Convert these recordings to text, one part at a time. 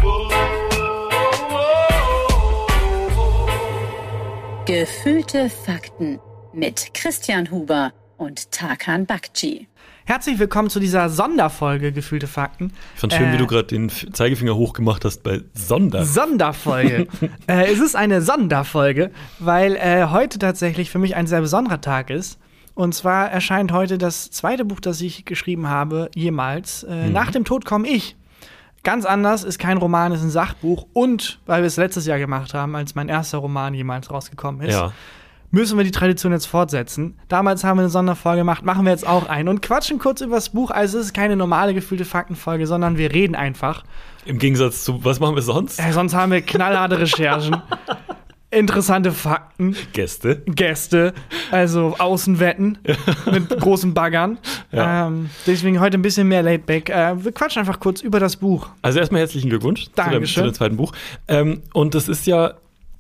Gefühlte Fakten mit Christian Huber und Tarkan Bakci. Herzlich willkommen zu dieser Sonderfolge Gefühlte Fakten. Ich fand schön, wie du gerade den Zeigefinger hochgemacht hast bei Sonderfolge. Es ist eine Sonderfolge, weil heute tatsächlich für mich ein sehr besonderer Tag ist. Und zwar erscheint heute das zweite Buch, das ich geschrieben habe, jemals. Nach dem Tod komme ich. Ganz anders, ist kein Roman, ist ein Sachbuch. Und, weil wir es letztes Jahr gemacht haben, als mein erster Roman jemals rausgekommen ist, müssen wir die Tradition jetzt fortsetzen. Damals haben wir eine Sonderfolge gemacht, machen wir jetzt auch eine und quatschen kurz über das Buch. Also es ist keine normale Gefühlte Faktenfolge, sondern wir reden einfach. Im Gegensatz zu, was machen wir sonst? Sonst haben wir knallharte Recherchen. Interessante Fakten. Gäste, also Außenwetten mit großen Baggern. Ja. Deswegen heute ein bisschen mehr Laidback. Wir quatschen einfach kurz über das Buch. Also erstmal herzlichen Glückwunsch zu dem zweiten Buch. Und das ist ja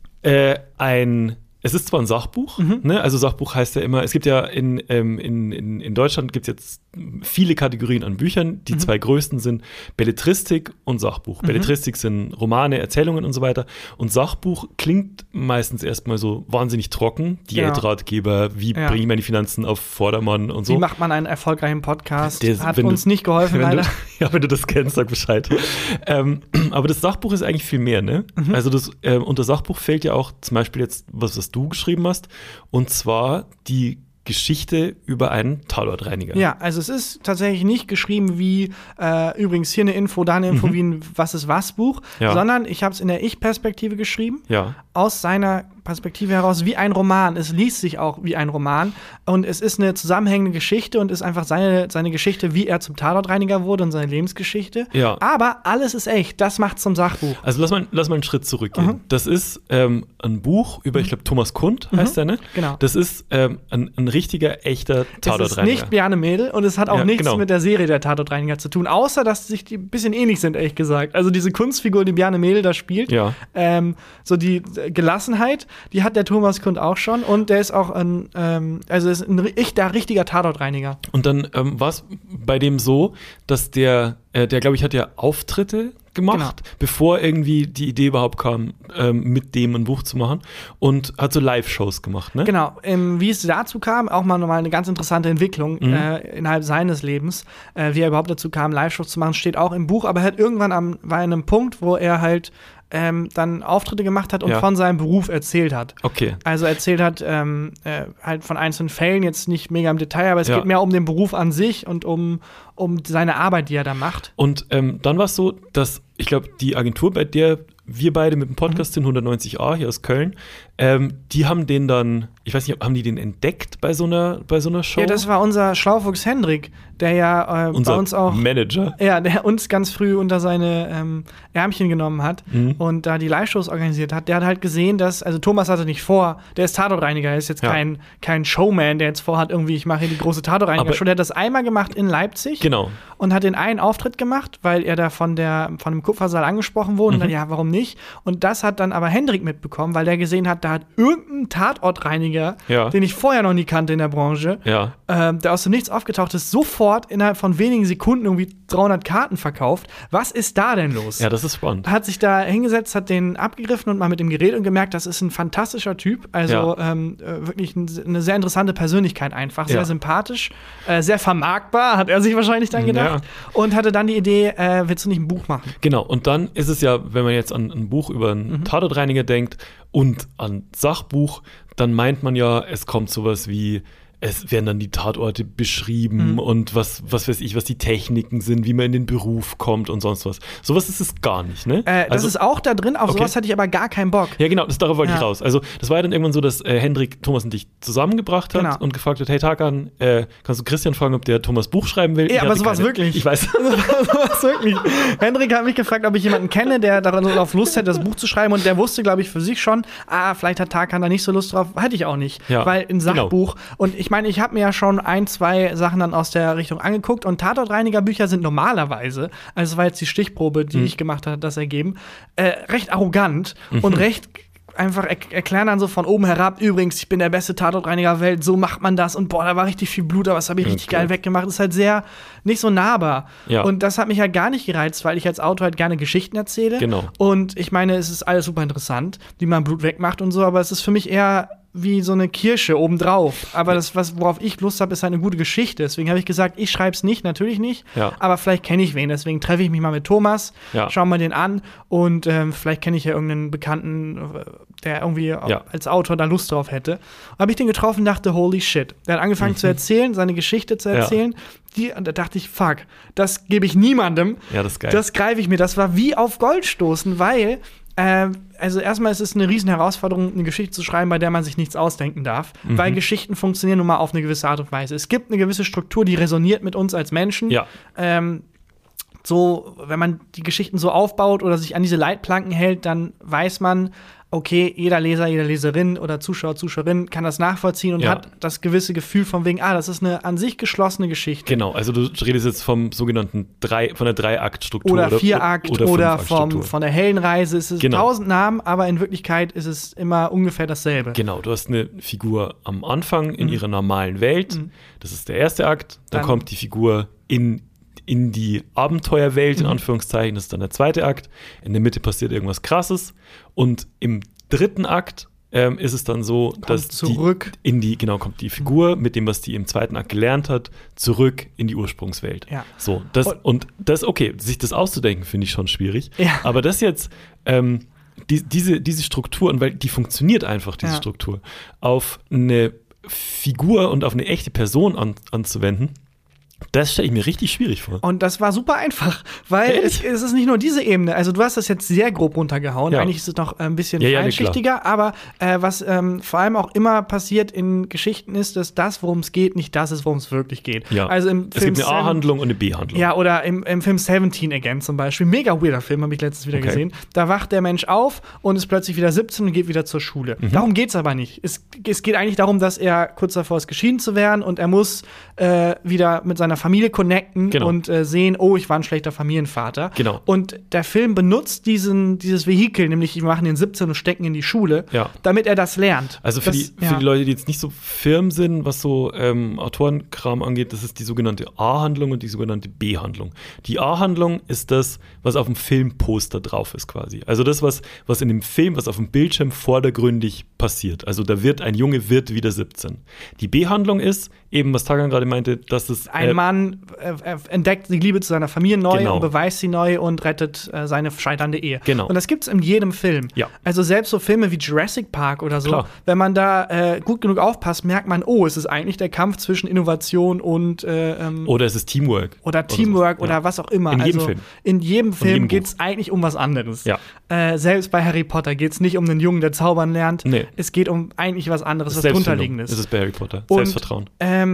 es ist zwar ein Sachbuch, ne? Also Sachbuch heißt ja immer, es gibt ja in Deutschland gibt es jetzt viele Kategorien an Büchern. Die zwei größten sind Belletristik und Sachbuch. Belletristik sind Romane, Erzählungen und so weiter. Und Sachbuch klingt meistens erstmal so wahnsinnig trocken. Diätratgeber, wie bringe ich meine Finanzen auf Vordermann und so. Wie macht man einen erfolgreichen Podcast? Hat uns nicht geholfen, leider. Wenn du das kennst, sag Bescheid. Aber das Sachbuch ist eigentlich viel mehr, ne? Also unter Sachbuch fällt ja auch zum Beispiel jetzt, was du geschrieben hast, und zwar die Geschichte über einen Tatortreiniger. Ja, also es ist tatsächlich nicht geschrieben wie übrigens hier eine Info, da eine Info wie ein Was-ist-was-Buch, sondern ich habe es in der Ich-Perspektive geschrieben, aus seiner Perspektive heraus wie ein Roman. Es liest sich auch wie ein Roman und es ist eine zusammenhängende Geschichte und ist einfach seine Geschichte, wie er zum Tatortreiniger wurde und seine Lebensgeschichte. Ja. Aber alles ist echt. Das macht's zum Sachbuch. Also lass mal einen Schritt zurückgehen. Das ist ein Buch über, ich glaube, Thomas Kundt heißt der, ne? Genau. Das ist ein richtiger, echter Tatortreiniger. Es ist nicht Bjarne Mädel und es hat auch nichts mit der Serie der Tatortreiniger zu tun, außer dass sich die ein bisschen ähnlich sind, ehrlich gesagt. Also diese Kunstfigur, die Bjarne Mädel da spielt, so die Gelassenheit, die hat der Thomas Kundt auch schon und der ist auch ein richtiger Tatortreiniger. Und dann war es bei dem so, dass der glaube ich, hat ja Auftritte gemacht, bevor irgendwie die Idee überhaupt kam, mit dem ein Buch zu machen und hat so Live-Shows gemacht, ne? Genau, wie es dazu kam, auch mal eine ganz interessante Entwicklung innerhalb seines Lebens, wie er überhaupt dazu kam, Live-Shows zu machen, steht auch im Buch, aber er hat irgendwann war an einem Punkt, wo er halt dann Auftritte gemacht hat und von seinem Beruf erzählt hat. Okay. Also erzählt hat halt von einzelnen Fällen, jetzt nicht mega im Detail, aber es geht mehr um den Beruf an sich und um seine Arbeit, die er da macht. Und dann war es so, dass ich glaube, die Agentur, bei der wir beide mit dem Podcast sind, 190a hier aus Köln, die haben den dann, ich weiß nicht, haben die den entdeckt bei so einer Show? Ja, das war unser Schlaufuchs Hendrik, der ja bei uns auch Manager. Ja, der uns ganz früh unter seine Ärmchen genommen hat und da die Live-Shows organisiert hat. Der hat halt gesehen, dass, also Thomas hatte nicht vor, der ist Tatortreiniger, er ist jetzt kein Showman, der jetzt vorhat, irgendwie, ich mache hier die große Tatortreiniger-Show. Der hat das einmal gemacht in Leipzig und hat den einen Auftritt gemacht, weil er da von dem Kupfersaal angesprochen wurde und dann, warum nicht? Und das hat dann aber Hendrik mitbekommen, weil der gesehen hat, da hat irgendein Tatortreiniger, den ich vorher noch nie kannte in der Branche, der aus dem Nichts aufgetaucht ist, sofort innerhalb von wenigen Sekunden irgendwie 300 Karten verkauft. Was ist da denn los? Ja, das ist spannend. Hat sich da hingesetzt, hat den abgegriffen und mal mit ihm geredet und gemerkt, das ist ein fantastischer Typ. Also wirklich eine sehr interessante Persönlichkeit einfach. Sehr sympathisch, sehr vermarktbar, hat er sich wahrscheinlich dann gedacht. Und hatte dann die Idee, willst du nicht ein Buch machen? Genau, und dann ist es ja, wenn man jetzt an ein Buch über einen Tatortreiniger denkt und an Sachbuch, dann meint man ja, es kommt sowas wie, es werden dann die Tatorte beschrieben und was weiß ich, was die Techniken sind, wie man in den Beruf kommt und sonst was. Sowas ist es gar nicht, ne? Das ist auch da drin, auf sowas hatte ich aber gar keinen Bock. Ja, genau, darauf wollte ich raus. Also das war ja dann irgendwann so, dass Hendrik Thomas und dich zusammengebracht hat und gefragt hat, hey Tarkan, kannst du Christian fragen, ob der Thomas Buch schreiben will? Ja, aber sowas wirklich. Ich weiß. Sowas wirklich. Hendrik hat mich gefragt, ob ich jemanden kenne, der darauf Lust hätte, das Buch zu schreiben und der wusste, glaube ich, für sich schon, vielleicht hat Tarkan da nicht so Lust drauf. Hatte ich auch nicht. Ja, weil ein Sachbuch und ich meine, ich habe mir ja schon 1-2 Sachen dann aus der Richtung angeguckt und Tatortreinigerbücher sind normalerweise, also es war jetzt die Stichprobe, die ich gemacht habe, das ergeben, recht arrogant und recht einfach erklären dann so von oben herab, übrigens, ich bin der beste Tatortreiniger der Welt, so macht man das und boah, da war richtig viel Blut, aber das habe ich richtig geil weggemacht. Das ist halt sehr, nicht so nahbar. Ja. Und das hat mich halt gar nicht gereizt, weil ich als Autor halt gerne Geschichten erzähle. Genau. Und ich meine, es ist alles super interessant, wie man Blut wegmacht und so, aber es ist für mich eher wie so eine Kirsche obendrauf. Aber das, worauf ich Lust habe, ist halt eine gute Geschichte. Deswegen habe ich gesagt, ich schreibe es nicht, natürlich nicht. Ja. Aber vielleicht kenne ich wen. Deswegen treffe ich mich mal mit Thomas, schau mal den an und vielleicht kenne ich ja irgendeinen Bekannten, der irgendwie als Autor da Lust drauf hätte. Habe ich den getroffen und dachte, holy shit. Der hat angefangen zu erzählen, seine Geschichte zu erzählen. Und da dachte ich, fuck, das gebe ich niemandem. Ja, das ist geil. Das greife ich mir. Das war wie auf Gold stoßen, weil also erstmal ist es eine riesen Herausforderung, eine Geschichte zu schreiben, bei der man sich nichts ausdenken darf, weil Geschichten funktionieren nun mal auf eine gewisse Art und Weise. Es gibt eine gewisse Struktur, die resoniert mit uns als Menschen. Ja. So, wenn man die Geschichten so aufbaut oder sich an diese Leitplanken hält, dann weiß man, okay, jeder Leser, jede Leserin oder Zuschauer, Zuschauerin kann das nachvollziehen und hat das gewisse Gefühl von wegen, das ist eine an sich geschlossene Geschichte. Genau, also du redest jetzt vom sogenannten von der Drei-Akt-Struktur. Oder Vier-Akt oder von der Heldenreise. Es ist 1000 Namen, aber in Wirklichkeit ist es immer ungefähr dasselbe. Genau, du hast eine Figur am Anfang in ihrer normalen Welt. Das ist der erste Akt. Dann kommt die Figur in die Abenteuerwelt, in Anführungszeichen, das ist dann der zweite Akt. In der Mitte passiert irgendwas Krasses. Und im dritten Akt ist es dann so, dass kommt die Figur mit dem, was die im zweiten Akt gelernt hat, zurück in die Ursprungswelt. Ja. So, sich das auszudenken, finde ich schon schwierig. Ja. Aber das jetzt, diese Struktur, und weil die funktioniert einfach, diese Struktur, auf eine Figur und auf eine echte Person anzuwenden, das stelle ich mir richtig schwierig vor. Und das war super einfach, weil es ist nicht nur diese Ebene. Also du hast das jetzt sehr grob runtergehauen. Ja. Eigentlich ist es noch ein bisschen vielschichtiger. Aber was vor allem auch immer passiert in Geschichten ist, dass das, worum es geht, nicht das ist, worum es wirklich geht. Ja. Also es gibt eine A-Handlung und eine B-Handlung. Ja, oder im Film 17 Again zum Beispiel. Mega weirder Film, habe ich letztens wieder gesehen. Da wacht der Mensch auf und ist plötzlich wieder 17 und geht wieder zur Schule. Darum geht es aber nicht. Es geht eigentlich darum, dass er kurz davor ist, geschieden zu werden und er muss wieder mit seiner Familie connecten und sehen, ich war ein schlechter Familienvater. Genau. Und der Film benutzt dieses Vehikel, nämlich wir machen den 17 und stecken in die Schule, damit er das lernt. Also für die Leute, die jetzt nicht so firm sind, was so Autorenkram angeht, das ist die sogenannte A-Handlung und die sogenannte B-Handlung. Die A-Handlung ist das, was auf dem Filmposter drauf ist quasi. Also das, was in dem Film, was auf dem Bildschirm vordergründig passiert. Also ein Junge wird wieder 17. Die B-Handlung ist eben, was Tagan gerade meinte, dass es ein Mann entdeckt die Liebe zu seiner Familie neu und beweist sie neu und rettet seine scheiternde Ehe. Genau. Und das gibt's in jedem Film. Ja. Also selbst so Filme wie Jurassic Park oder so, wenn man da gut genug aufpasst, merkt man, es ist eigentlich der Kampf zwischen Innovation und oder es ist Teamwork. Oder Teamwork oder was auch immer. In jedem Film. In jedem Film geht's eigentlich um was anderes. Ja. Selbst bei Harry Potter geht's nicht um einen Jungen, der zaubern lernt. Nee. Es geht um eigentlich was anderes, was drunterliegendes. Das ist bei Harry Potter. Selbstvertrauen.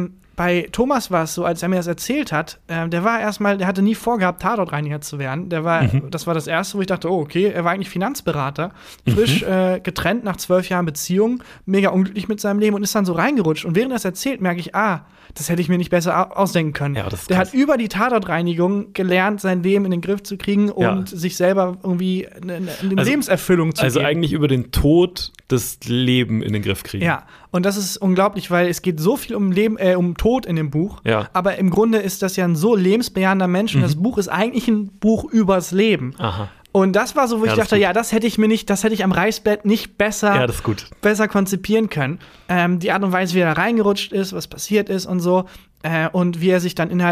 Bei Thomas war es so, als er mir das erzählt hat, der hatte nie vorgehabt, Tatortreiniger zu werden. Das war das Erste, wo ich dachte, er war eigentlich Finanzberater, frisch getrennt nach 12 Jahren Beziehung, mega unglücklich mit seinem Leben und ist dann so reingerutscht. Und während er es erzählt, merke ich, das hätte ich mir nicht besser ausdenken können. Ja, der hat über die Tatortreinigung gelernt, sein Leben in den Griff zu kriegen und sich selber irgendwie eine Lebenserfüllung zu geben. Also eigentlich über den Tod das Leben in den Griff kriegen. Ja, und das ist unglaublich, weil es geht so viel um Tod in dem Buch, aber im Grunde ist das ja ein so lebensbejahender Mensch und das Buch ist eigentlich ein Buch übers Leben. Aha. Und das war so, wo ich dachte, das hätte ich am Reißbrett nicht besser konzipieren können. Die Art und Weise, wie er da reingerutscht ist, was passiert ist und so. Und wie er sich dann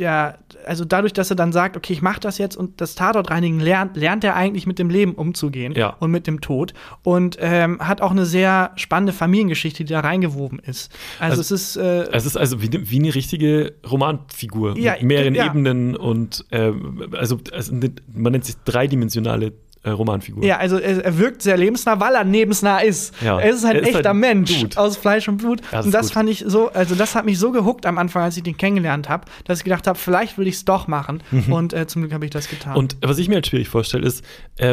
also dadurch, dass er dann sagt, okay, ich mache das jetzt und das Tatortreinigen lernt er eigentlich mit dem Leben umzugehen und mit dem Tod. Und hat auch eine sehr spannende Familiengeschichte, die da reingewoben ist. Also es ist also wie eine richtige Romanfigur mit mehreren Ebenen und man nennt sich dreidimensionale Romanfigur. Ja, also er wirkt sehr lebensnah, weil er lebensnah ist. Ja. Er ist ein echter Mensch Dude. Aus Fleisch und Blut. Und das fand ich so, also das hat mich so gehuckt am Anfang, als ich den kennengelernt habe, dass ich gedacht habe, vielleicht will ich es doch machen. Und zum Glück habe ich das getan. Und was ich mir halt schwierig vorstelle, ist,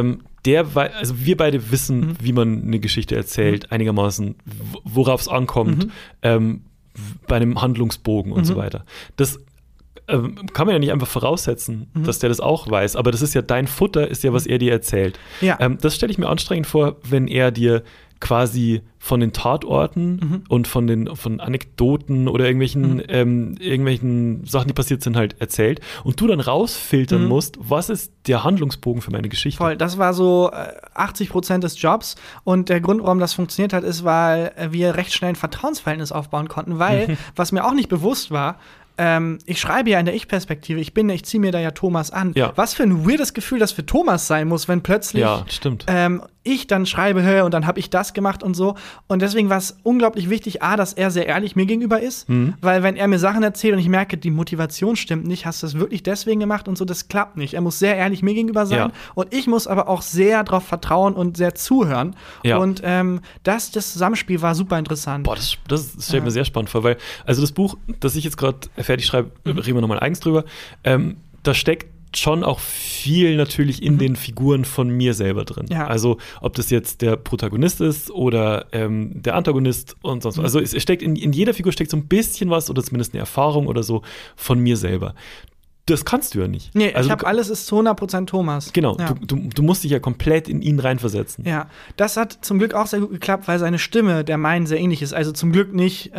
wir beide wissen, wie man eine Geschichte erzählt, einigermaßen, worauf es ankommt, bei einem Handlungsbogen und so weiter. kann man ja nicht einfach voraussetzen, dass der das auch weiß. Aber das ist ja dein Futter, ist ja, was er dir erzählt. Ja. Das stelle ich mir anstrengend vor, wenn er dir quasi von den Tatorten und von Anekdoten oder irgendwelchen Sachen, die passiert sind, halt erzählt und du dann rausfiltern musst, was ist der Handlungsbogen für meine Geschichte. Voll, das war so 80% des Jobs und der Grund, warum das funktioniert hat, ist, weil wir recht schnell ein Vertrauensverhältnis aufbauen konnten, weil, was mir auch nicht bewusst war, ich schreibe ja in der Ich-Perspektive, ich ziehe mir da ja Thomas an. Ja. Was für ein weirdes Gefühl das für Thomas sein muss, wenn plötzlich ich dann schreibe, und dann habe ich das gemacht und so. Und deswegen war es unglaublich wichtig, dass er sehr ehrlich mir gegenüber ist. Weil wenn er mir Sachen erzählt und ich merke, die Motivation stimmt nicht, hast du das wirklich deswegen gemacht und so, das klappt nicht. Er muss sehr ehrlich mir gegenüber sein. Ja. Und ich muss aber auch sehr darauf vertrauen und sehr zuhören. Ja. Und das Zusammenspiel war super interessant. Boah, das stellt mir sehr spannend vor, weil, also das Buch, das ich jetzt gerade fertig schreibe, reden wir nochmal eigens drüber, da steckt schon auch viel natürlich in den Figuren von mir selber drin. Ja. Also ob das jetzt der Protagonist ist oder der Antagonist und sonst was. Also es steckt in jeder Figur steckt so ein bisschen was oder zumindest eine Erfahrung oder so von mir selber. Das kannst du ja nicht. Nee, also alles ist zu 100% Thomas. Genau, ja. Du musst dich ja komplett in ihn reinversetzen. Ja, das hat zum Glück auch sehr gut geklappt, weil seine Stimme der meinen sehr ähnlich ist. Also zum Glück nicht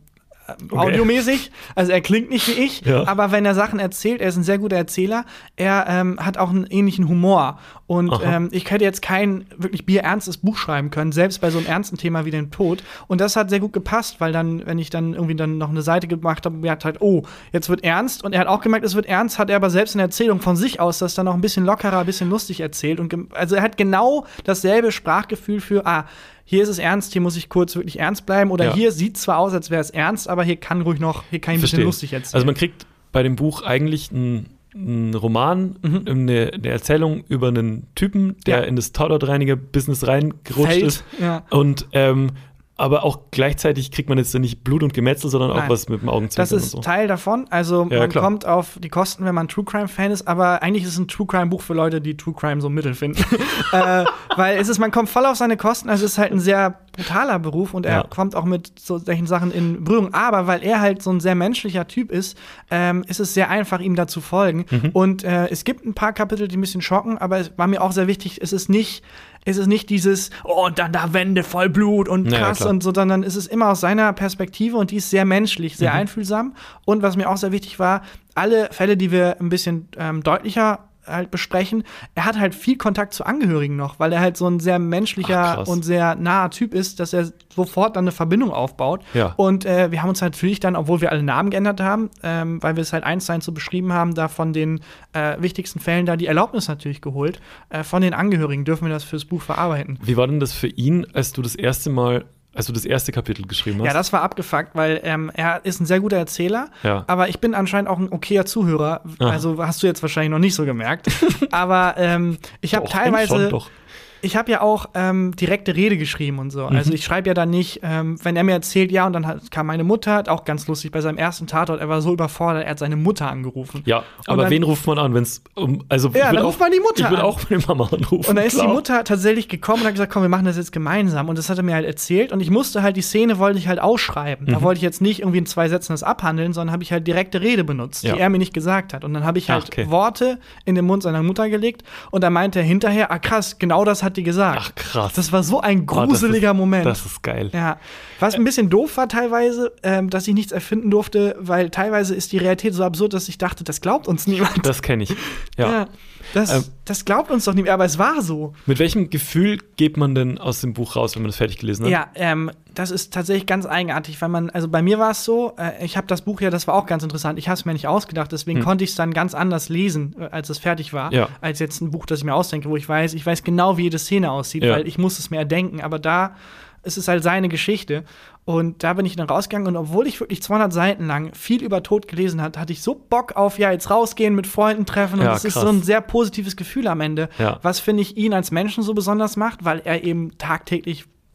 audiomäßig, also er klingt nicht wie ich, aber wenn er Sachen erzählt, er ist ein sehr guter Erzähler, er hat auch einen ähnlichen Humor und ich hätte jetzt kein wirklich bierernstes Buch schreiben können, selbst bei so einem ernsten Thema wie dem Tod und das hat sehr gut gepasst, weil dann, wenn ich dann irgendwie dann noch eine Seite gemacht habe, merkt halt, jetzt wird ernst und er hat auch gemerkt, es wird ernst, hat er aber selbst in der Erzählung von sich aus das dann noch ein bisschen lockerer, ein bisschen lustig erzählt und also er hat genau dasselbe Sprachgefühl für, hier ist es ernst, hier muss ich kurz wirklich ernst bleiben. Oder hier sieht zwar aus, als wäre es ernst, aber hier kann ich ein bisschen lustig erzählen. Also man kriegt bei dem Buch eigentlich einen Roman, eine Erzählung über einen Typen, der in das Tatortreiniger-Business reingerutscht ist. Ja. Und aber auch gleichzeitig kriegt man jetzt nicht Blut und Gemetzel, sondern auch was mit dem Augenzwinkern. Das ist Teil davon. Also man kommt auf die Kosten, wenn man True Crime-Fan ist, aber eigentlich ist es ein True Crime-Buch für Leute, die True Crime so mittel finden. Weil man kommt voll auf seine Kosten, also es ist halt ein sehr brutaler Beruf und er kommt auch mit solchen Sachen in Berührung. Aber weil er halt so ein sehr menschlicher Typ ist, ist es sehr einfach, ihm da zu folgen. Und es gibt ein paar Kapitel, die ein bisschen schocken, aber es war mir auch sehr wichtig, es ist nicht dieses, und dann da Wände voll Blut und krass und so, sondern es ist immer aus seiner Perspektive und die ist sehr menschlich, sehr einfühlsam. Und was mir auch sehr wichtig war, alle Fälle, die wir ein bisschen deutlicher halt besprechen, er hat halt viel Kontakt zu Angehörigen noch, weil er halt so ein sehr menschlicher und sehr naher Typ ist, dass er sofort dann eine Verbindung aufbaut. Ja. Und wir haben uns natürlich dann, obwohl wir alle Namen geändert haben, weil wir es halt 1:1 so beschrieben haben, da von den wichtigsten Fällen da die Erlaubnis natürlich geholt. Von den Angehörigen dürfen wir das fürs Buch verarbeiten. Wie war denn das für ihn, als du das erste Kapitel geschrieben hast? Ja, das war abgefuckt, weil er ist ein sehr guter Erzähler, aber ich bin anscheinend auch ein okayer Zuhörer. Also hast du jetzt wahrscheinlich noch nicht so gemerkt. Aber ich habe teilweise ich habe ja auch direkte Rede geschrieben und so. Also ich schreibe ja dann nicht, wenn er mir erzählt, und dann kam meine Mutter, hat auch ganz lustig, bei seinem ersten Tatort, er war so überfordert, er hat seine Mutter angerufen. Ja, aber dann, wen ruft man an, wenn es dann ruft man die Mutter an. Ich würde auch meine Mama anrufen. Und dann ist die Mutter tatsächlich gekommen und hat gesagt, komm, wir machen das jetzt gemeinsam. Und das hat er mir halt erzählt. Und ich musste halt, die Szene wollte ich halt ausschreiben. Da wollte ich jetzt nicht irgendwie in 2 Sätzen das abhandeln, sondern habe ich halt direkte Rede benutzt, die er mir nicht gesagt hat. Und dann habe ich halt Worte in den Mund seiner Mutter gelegt. Und dann meinte er hinterher, krass, genau das hat die gesagt. Ach, krass. Das war so ein gruseliger Moment. Das ist geil. Ja. Was ein bisschen doof war teilweise, dass ich nichts erfinden durfte, weil teilweise ist die Realität so absurd, dass ich dachte, das glaubt uns niemand. Das kenne ich. Ja. Das glaubt uns doch niemand, aber es war so. Mit welchem Gefühl geht man denn aus dem Buch raus, wenn man das fertig gelesen hat? Ja, das ist tatsächlich ganz eigenartig, weil also bei mir war es so, ich habe das Buch das war auch ganz interessant, ich habe es mir nicht ausgedacht, deswegen konnte ich es dann ganz anders lesen, als es fertig war, als jetzt ein Buch, das ich mir ausdenke, wo ich weiß genau, wie jede Szene aussieht, weil ich muss es mir erdenken, aber da ist es halt seine Geschichte. Und da bin ich dann rausgegangen und obwohl ich wirklich 200 Seiten lang viel über Tod gelesen hatte ich so Bock auf, jetzt rausgehen, mit Freunden treffen und das ist so ein sehr positives Gefühl am Ende, was, finde ich, ihn als Menschen so besonders macht, weil er eben tagtäglich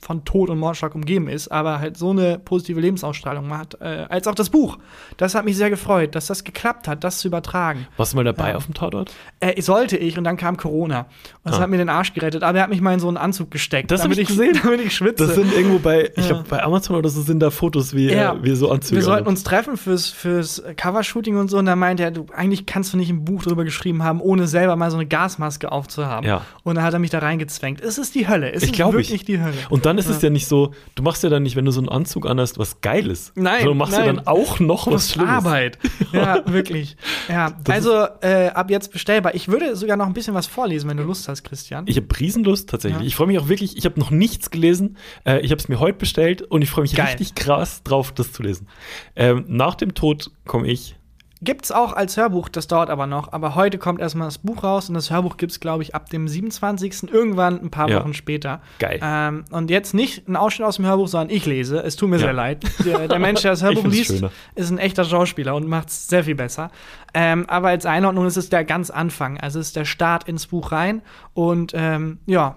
von Tod und Mordschlag umgeben ist, aber halt so eine positive Lebensausstrahlung hat, als auch das Buch. Das hat mich sehr gefreut, dass das geklappt hat, das zu übertragen. Warst du mal dabei auf dem Tatort? Sollte ich, und dann kam Corona. Und das hat mir den Arsch gerettet, aber er hat mich mal in so einen Anzug gesteckt. Das habe ich gesehen. Damit ich schwitze. Das sind irgendwo ich glaube, bei Amazon oder so sind da Fotos, wie so Anzüge. Wir sollten uns treffen fürs Covershooting und so, und da meinte er, eigentlich kannst du nicht ein Buch drüber geschrieben haben, ohne selber mal so eine Gasmaske aufzuhaben. Ja. Und dann hat er mich da reingezwängt. Es ist die Hölle. Es ist wirklich die Hölle. Und dann ist es ja nicht so, du machst ja dann nicht, wenn du so einen Anzug anhast, was Geiles. Nein, sondern du machst ja dann auch noch was Schlimmes. Arbeit. Ja, wirklich. Ja. Also ab jetzt bestellbar. Ich würde sogar noch ein bisschen was vorlesen, wenn du Lust hast, Christian. Ich habe Riesenlust, tatsächlich. Ja. Ich freue mich auch wirklich, ich habe noch nichts gelesen. Ich habe es mir heute bestellt und ich freue mich richtig krass drauf, das zu lesen. Nach dem Tod komme ich. Gibt's auch als Hörbuch, das dauert aber noch. Aber heute kommt erstmal das Buch raus und das Hörbuch gibt's, glaube ich, ab dem 27. Irgendwann ein paar Wochen später. Geil. Und jetzt nicht ein Ausschnitt aus dem Hörbuch, sondern ich lese. Es tut mir sehr leid. Der Mensch, der das Hörbuch liest, ist ein echter Schauspieler und macht's sehr viel besser. Aber als Einordnung ist es der ganz Anfang. Also es ist der Start ins Buch rein. Und dann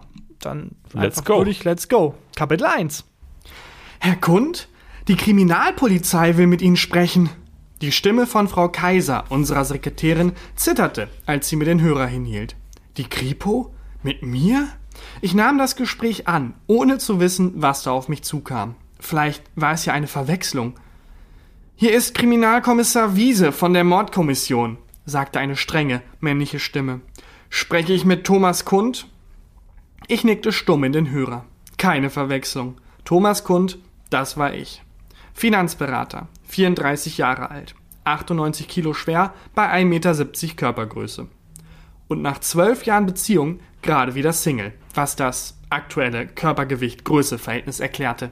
let's go. Let's go. Kapitel 1. Herr Kund, die Kriminalpolizei will mit Ihnen sprechen. Die Stimme von Frau Kaiser, unserer Sekretärin, zitterte, als sie mir den Hörer hinhielt. Die Kripo? Mit mir? Ich nahm das Gespräch an, ohne zu wissen, was da auf mich zukam. Vielleicht war es ja eine Verwechslung. Hier ist Kriminalkommissar Wiese von der Mordkommission, sagte eine strenge, männliche Stimme. Spreche ich mit Thomas Kund? Ich nickte stumm in den Hörer. Keine Verwechslung. Thomas Kund, das war ich. Finanzberater, 34 Jahre alt, 98 Kilo schwer, bei 1,70 Meter Körpergröße. Und nach 12 Jahren Beziehung gerade wieder Single, was das aktuelle Körpergewicht-Größe-Verhältnis erklärte.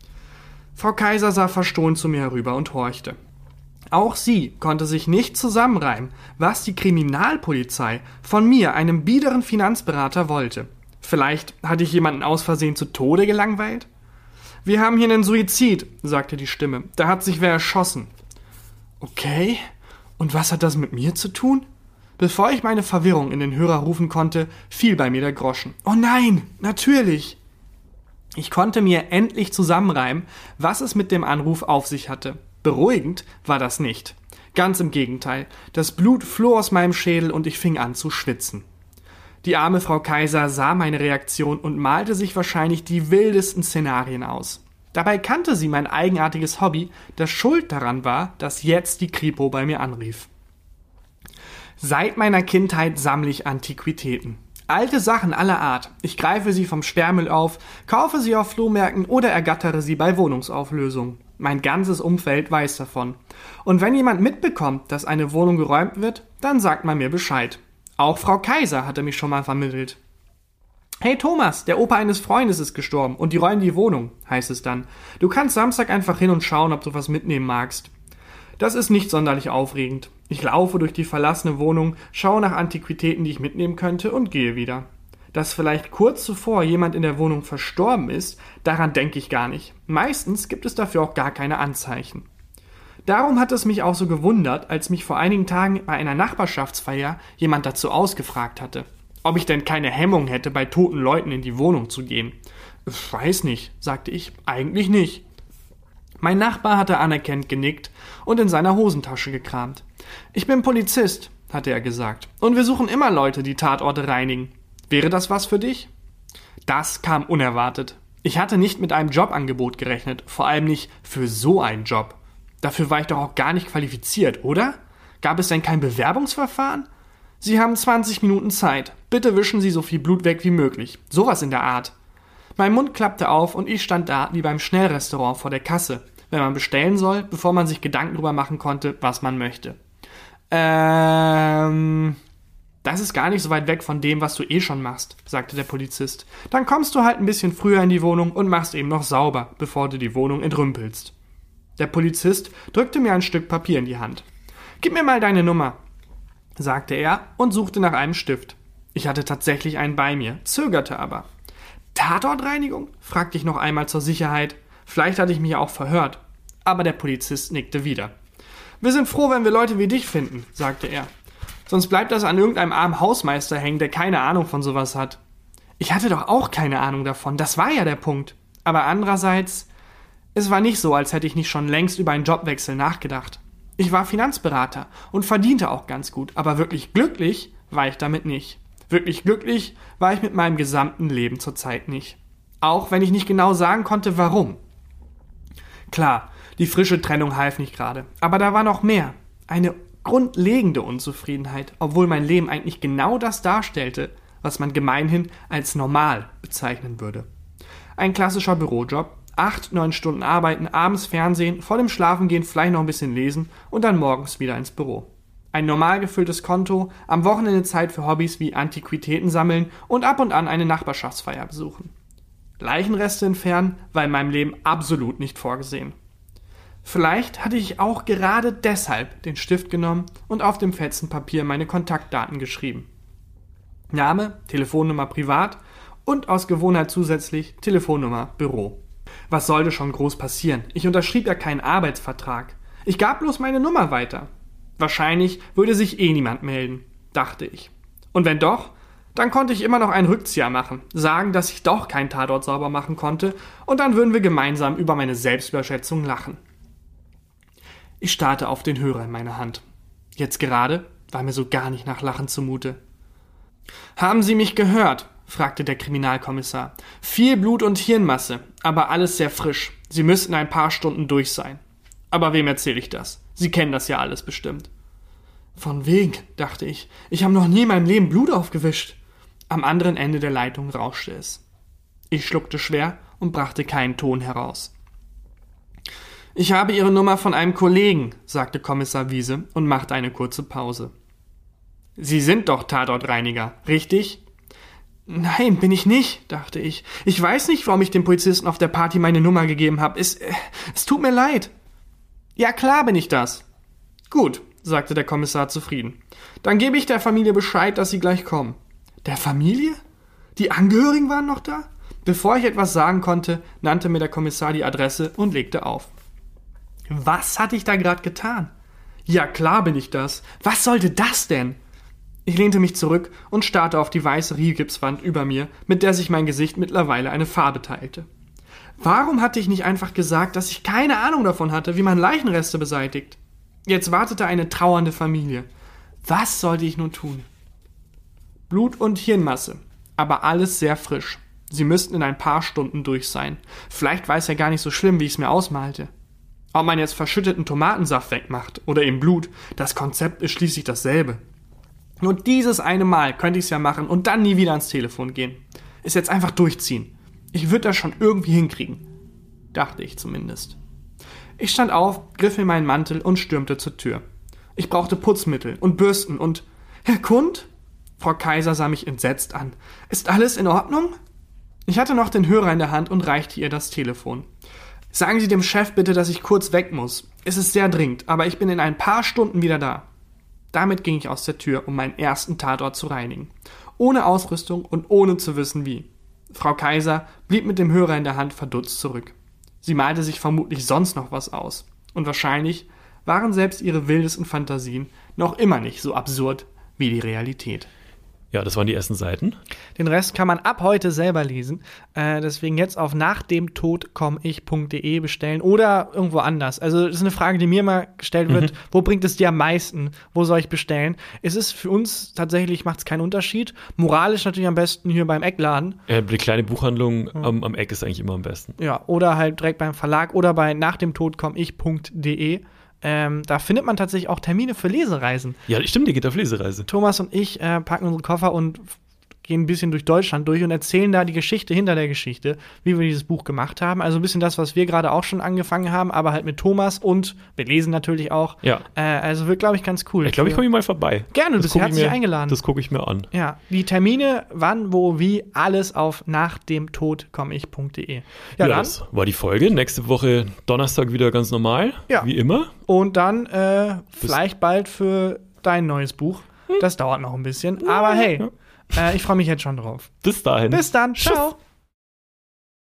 Frau Kaiser sah verstohlen zu mir herüber und horchte. Auch sie konnte sich nicht zusammenreimen, was die Kriminalpolizei von mir, einem biederen Finanzberater, wollte. Vielleicht hatte ich jemanden aus Versehen zu Tode gelangweilt? Wir haben hier einen Suizid, sagte die Stimme. Da hat sich wer erschossen. Okay, und was hat das mit mir zu tun? Bevor ich meine Verwirrung in den Hörer rufen konnte, fiel bei mir der Groschen. Oh nein, natürlich! Ich konnte mir endlich zusammenreimen, was es mit dem Anruf auf sich hatte. Beruhigend war das nicht. Ganz im Gegenteil. Das Blut floh aus meinem Schädel und ich fing an zu schwitzen. Die arme Frau Kaiser sah meine Reaktion und malte sich wahrscheinlich die wildesten Szenarien aus. Dabei kannte sie mein eigenartiges Hobby, das schuld daran war, dass jetzt die Kripo bei mir anrief. Seit meiner Kindheit sammle ich Antiquitäten. Alte Sachen aller Art. Ich greife sie vom Sperrmüll auf, kaufe sie auf Flohmärkten oder ergattere sie bei Wohnungsauflösungen. Mein ganzes Umfeld weiß davon. Und wenn jemand mitbekommt, dass eine Wohnung geräumt wird, dann sagt man mir Bescheid. Auch Frau Kaiser hatte mich schon mal vermittelt. Hey Thomas, der Opa eines Freundes ist gestorben und die räumen die Wohnung, heißt es dann. Du kannst Samstag einfach hin und schauen, ob du was mitnehmen magst. Das ist nicht sonderlich aufregend. Ich laufe durch die verlassene Wohnung, schaue nach Antiquitäten, die ich mitnehmen könnte und gehe wieder. Dass vielleicht kurz zuvor jemand in der Wohnung verstorben ist, daran denke ich gar nicht. Meistens gibt es dafür auch gar keine Anzeichen. Darum hat es mich auch so gewundert, als mich vor einigen Tagen bei einer Nachbarschaftsfeier jemand dazu ausgefragt hatte, ob ich denn keine Hemmung hätte, bei toten Leuten in die Wohnung zu gehen. Ich weiß nicht, sagte ich, eigentlich nicht. Mein Nachbar hatte anerkennend genickt und in seiner Hosentasche gekramt. Ich bin Polizist, hatte er gesagt, und wir suchen immer Leute, die Tatorte reinigen. Wäre das was für dich? Das kam unerwartet. Ich hatte nicht mit einem Jobangebot gerechnet, vor allem nicht für so einen Job. Dafür war ich doch auch gar nicht qualifiziert, oder? Gab es denn kein Bewerbungsverfahren? Sie haben 20 Minuten Zeit. Bitte wischen Sie so viel Blut weg wie möglich. Sowas in der Art. Mein Mund klappte auf und ich stand da wie beim Schnellrestaurant vor der Kasse, wenn man bestellen soll, bevor man sich Gedanken darüber machen konnte, was man möchte. Das ist gar nicht so weit weg von dem, was du eh schon machst, sagte der Polizist. Dann kommst du halt ein bisschen früher in die Wohnung und machst eben noch sauber, bevor du die Wohnung entrümpelst. Der Polizist drückte mir ein Stück Papier in die Hand. Gib mir mal deine Nummer, sagte er und suchte nach einem Stift. Ich hatte tatsächlich einen bei mir, zögerte aber. Tatortreinigung? Fragte ich noch einmal zur Sicherheit. Vielleicht hatte ich mich auch verhört. Aber der Polizist nickte wieder. Wir sind froh, wenn wir Leute wie dich finden, sagte er. Sonst bleibt das an irgendeinem armen Hausmeister hängen, der keine Ahnung von sowas hat. Ich hatte doch auch keine Ahnung davon, das war ja der Punkt. Aber andererseits, es war nicht so, als hätte ich nicht schon längst über einen Jobwechsel nachgedacht. Ich war Finanzberater und verdiente auch ganz gut, aber wirklich glücklich war ich damit nicht. Wirklich glücklich war ich mit meinem gesamten Leben zurzeit nicht. Auch wenn ich nicht genau sagen konnte, warum. Klar, die frische Trennung half nicht gerade, aber da war noch mehr. Eine grundlegende Unzufriedenheit, obwohl mein Leben eigentlich genau das darstellte, was man gemeinhin als normal bezeichnen würde. Ein klassischer Bürojob, 8-9 Stunden arbeiten, abends Fernsehen, vor dem Schlafengehen vielleicht noch ein bisschen lesen und dann morgens wieder ins Büro. Ein normal gefülltes Konto, am Wochenende Zeit für Hobbys wie Antiquitäten sammeln und ab und an eine Nachbarschaftsfeier besuchen. Leichenreste entfernen war in meinem Leben absolut nicht vorgesehen. Vielleicht hatte ich auch gerade deshalb den Stift genommen und auf dem Fetzen Papier meine Kontaktdaten geschrieben. Name, Telefonnummer privat und aus Gewohnheit zusätzlich Telefonnummer Büro. Was sollte schon groß passieren? Ich unterschrieb ja keinen Arbeitsvertrag. Ich gab bloß meine Nummer weiter. Wahrscheinlich würde sich eh niemand melden, dachte ich. Und wenn doch, dann konnte ich immer noch einen Rückzieher machen, sagen, dass ich doch keinen Tatort sauber machen konnte und dann würden wir gemeinsam über meine Selbstüberschätzung lachen. Ich starrte auf den Hörer in meiner Hand. Jetzt gerade war mir so gar nicht nach Lachen zumute. »Haben Sie mich gehört?« fragte der Kriminalkommissar. »Viel Blut und Hirnmasse, aber alles sehr frisch. Sie müssten ein paar Stunden durch sein.« »Aber wem erzähle ich das? Sie kennen das ja alles bestimmt.« »Von wegen«, dachte ich. »Ich habe noch nie in meinem Leben Blut aufgewischt.« Am anderen Ende der Leitung rauschte es. Ich schluckte schwer und brachte keinen Ton heraus. »Ich habe Ihre Nummer von einem Kollegen«, sagte Kommissar Wiese und machte eine kurze Pause. »Sie sind doch Tatortreiniger, richtig?« »Nein, bin ich nicht«, dachte ich. »Ich weiß nicht, warum ich dem Polizisten auf der Party meine Nummer gegeben habe. Es tut mir leid.« »Ja, klar bin ich das.« »Gut«, sagte der Kommissar zufrieden. »Dann gebe ich der Familie Bescheid, dass Sie gleich kommen.« »Der Familie? Die Angehörigen waren noch da?« Bevor ich etwas sagen konnte, nannte mir der Kommissar die Adresse und legte auf. Was hatte ich da gerade getan? Ja, klar bin ich das. Was sollte das denn? Ich lehnte mich zurück und starrte auf die weiße Rigipswand über mir, mit der sich mein Gesicht mittlerweile eine Farbe teilte. Warum hatte ich nicht einfach gesagt, dass ich keine Ahnung davon hatte, wie man Leichenreste beseitigt? Jetzt wartete eine trauernde Familie. Was sollte ich nun tun? Blut und Hirnmasse, aber alles sehr frisch. Sie müssten in ein paar Stunden durch sein. Vielleicht war es ja gar nicht so schlimm, wie ich es mir ausmalte. Ob man jetzt verschütteten Tomatensaft wegmacht oder eben Blut, das Konzept ist schließlich dasselbe. Nur dieses eine Mal könnte ich es ja machen und dann nie wieder ans Telefon gehen. Es jetzt einfach durchziehen. Ich würde das schon irgendwie hinkriegen. Dachte ich zumindest. Ich stand auf, griff in meinen Mantel und stürmte zur Tür. Ich brauchte Putzmittel und Bürsten und... »Herr Kund?« Frau Kaiser sah mich entsetzt an. »Ist alles in Ordnung?« Ich hatte noch den Hörer in der Hand und reichte ihr das Telefon. »Sagen Sie dem Chef bitte, dass ich kurz weg muss. Es ist sehr dringend, aber ich bin in ein paar Stunden wieder da.« Damit ging ich aus der Tür, um meinen ersten Tatort zu reinigen. Ohne Ausrüstung und ohne zu wissen wie. Frau Kaiser blieb mit dem Hörer in der Hand verdutzt zurück. Sie malte sich vermutlich sonst noch was aus. Und wahrscheinlich waren selbst ihre wildesten Fantasien noch immer nicht so absurd wie die Realität. Ja, das waren die ersten Seiten. Den Rest kann man ab heute selber lesen. Deswegen jetzt auf nachdemtodkommich.de bestellen oder irgendwo anders. Also das ist eine Frage, die mir mal gestellt wird. Wo bringt es dir am meisten? Wo soll ich bestellen? Es ist für uns tatsächlich, macht es keinen Unterschied. Moralisch natürlich am besten hier beim Eckladen. Die kleine Buchhandlung am Eck ist eigentlich immer am besten. Ja, oder halt direkt beim Verlag oder bei nachdemtodkommich.de. Da findet man tatsächlich auch Termine für Lesereisen. Ja, stimmt, ihr geht auf Lesereise. Thomas und ich packen unsere Koffer und gehen ein bisschen durch Deutschland durch und erzählen da die Geschichte hinter der Geschichte, wie wir dieses Buch gemacht haben. Also ein bisschen das, was wir gerade auch schon angefangen haben, aber halt mit Thomas und wir lesen natürlich auch. Ja. Also wird, glaube ich, ganz cool. Ich glaube, ich komme mal vorbei. Gerne, du bist herzlich eingeladen. Das gucke ich mir an. Ja, die Termine, wann, wo, wie, alles auf nachdemtodkommich.de. Ja, dann das war die Folge. Nächste Woche Donnerstag wieder ganz normal, wie immer. Und dann vielleicht bald für dein neues Buch. Das dauert noch ein bisschen, aber hey, ich freue mich jetzt schon drauf. Bis dahin. Bis dann. Ciao.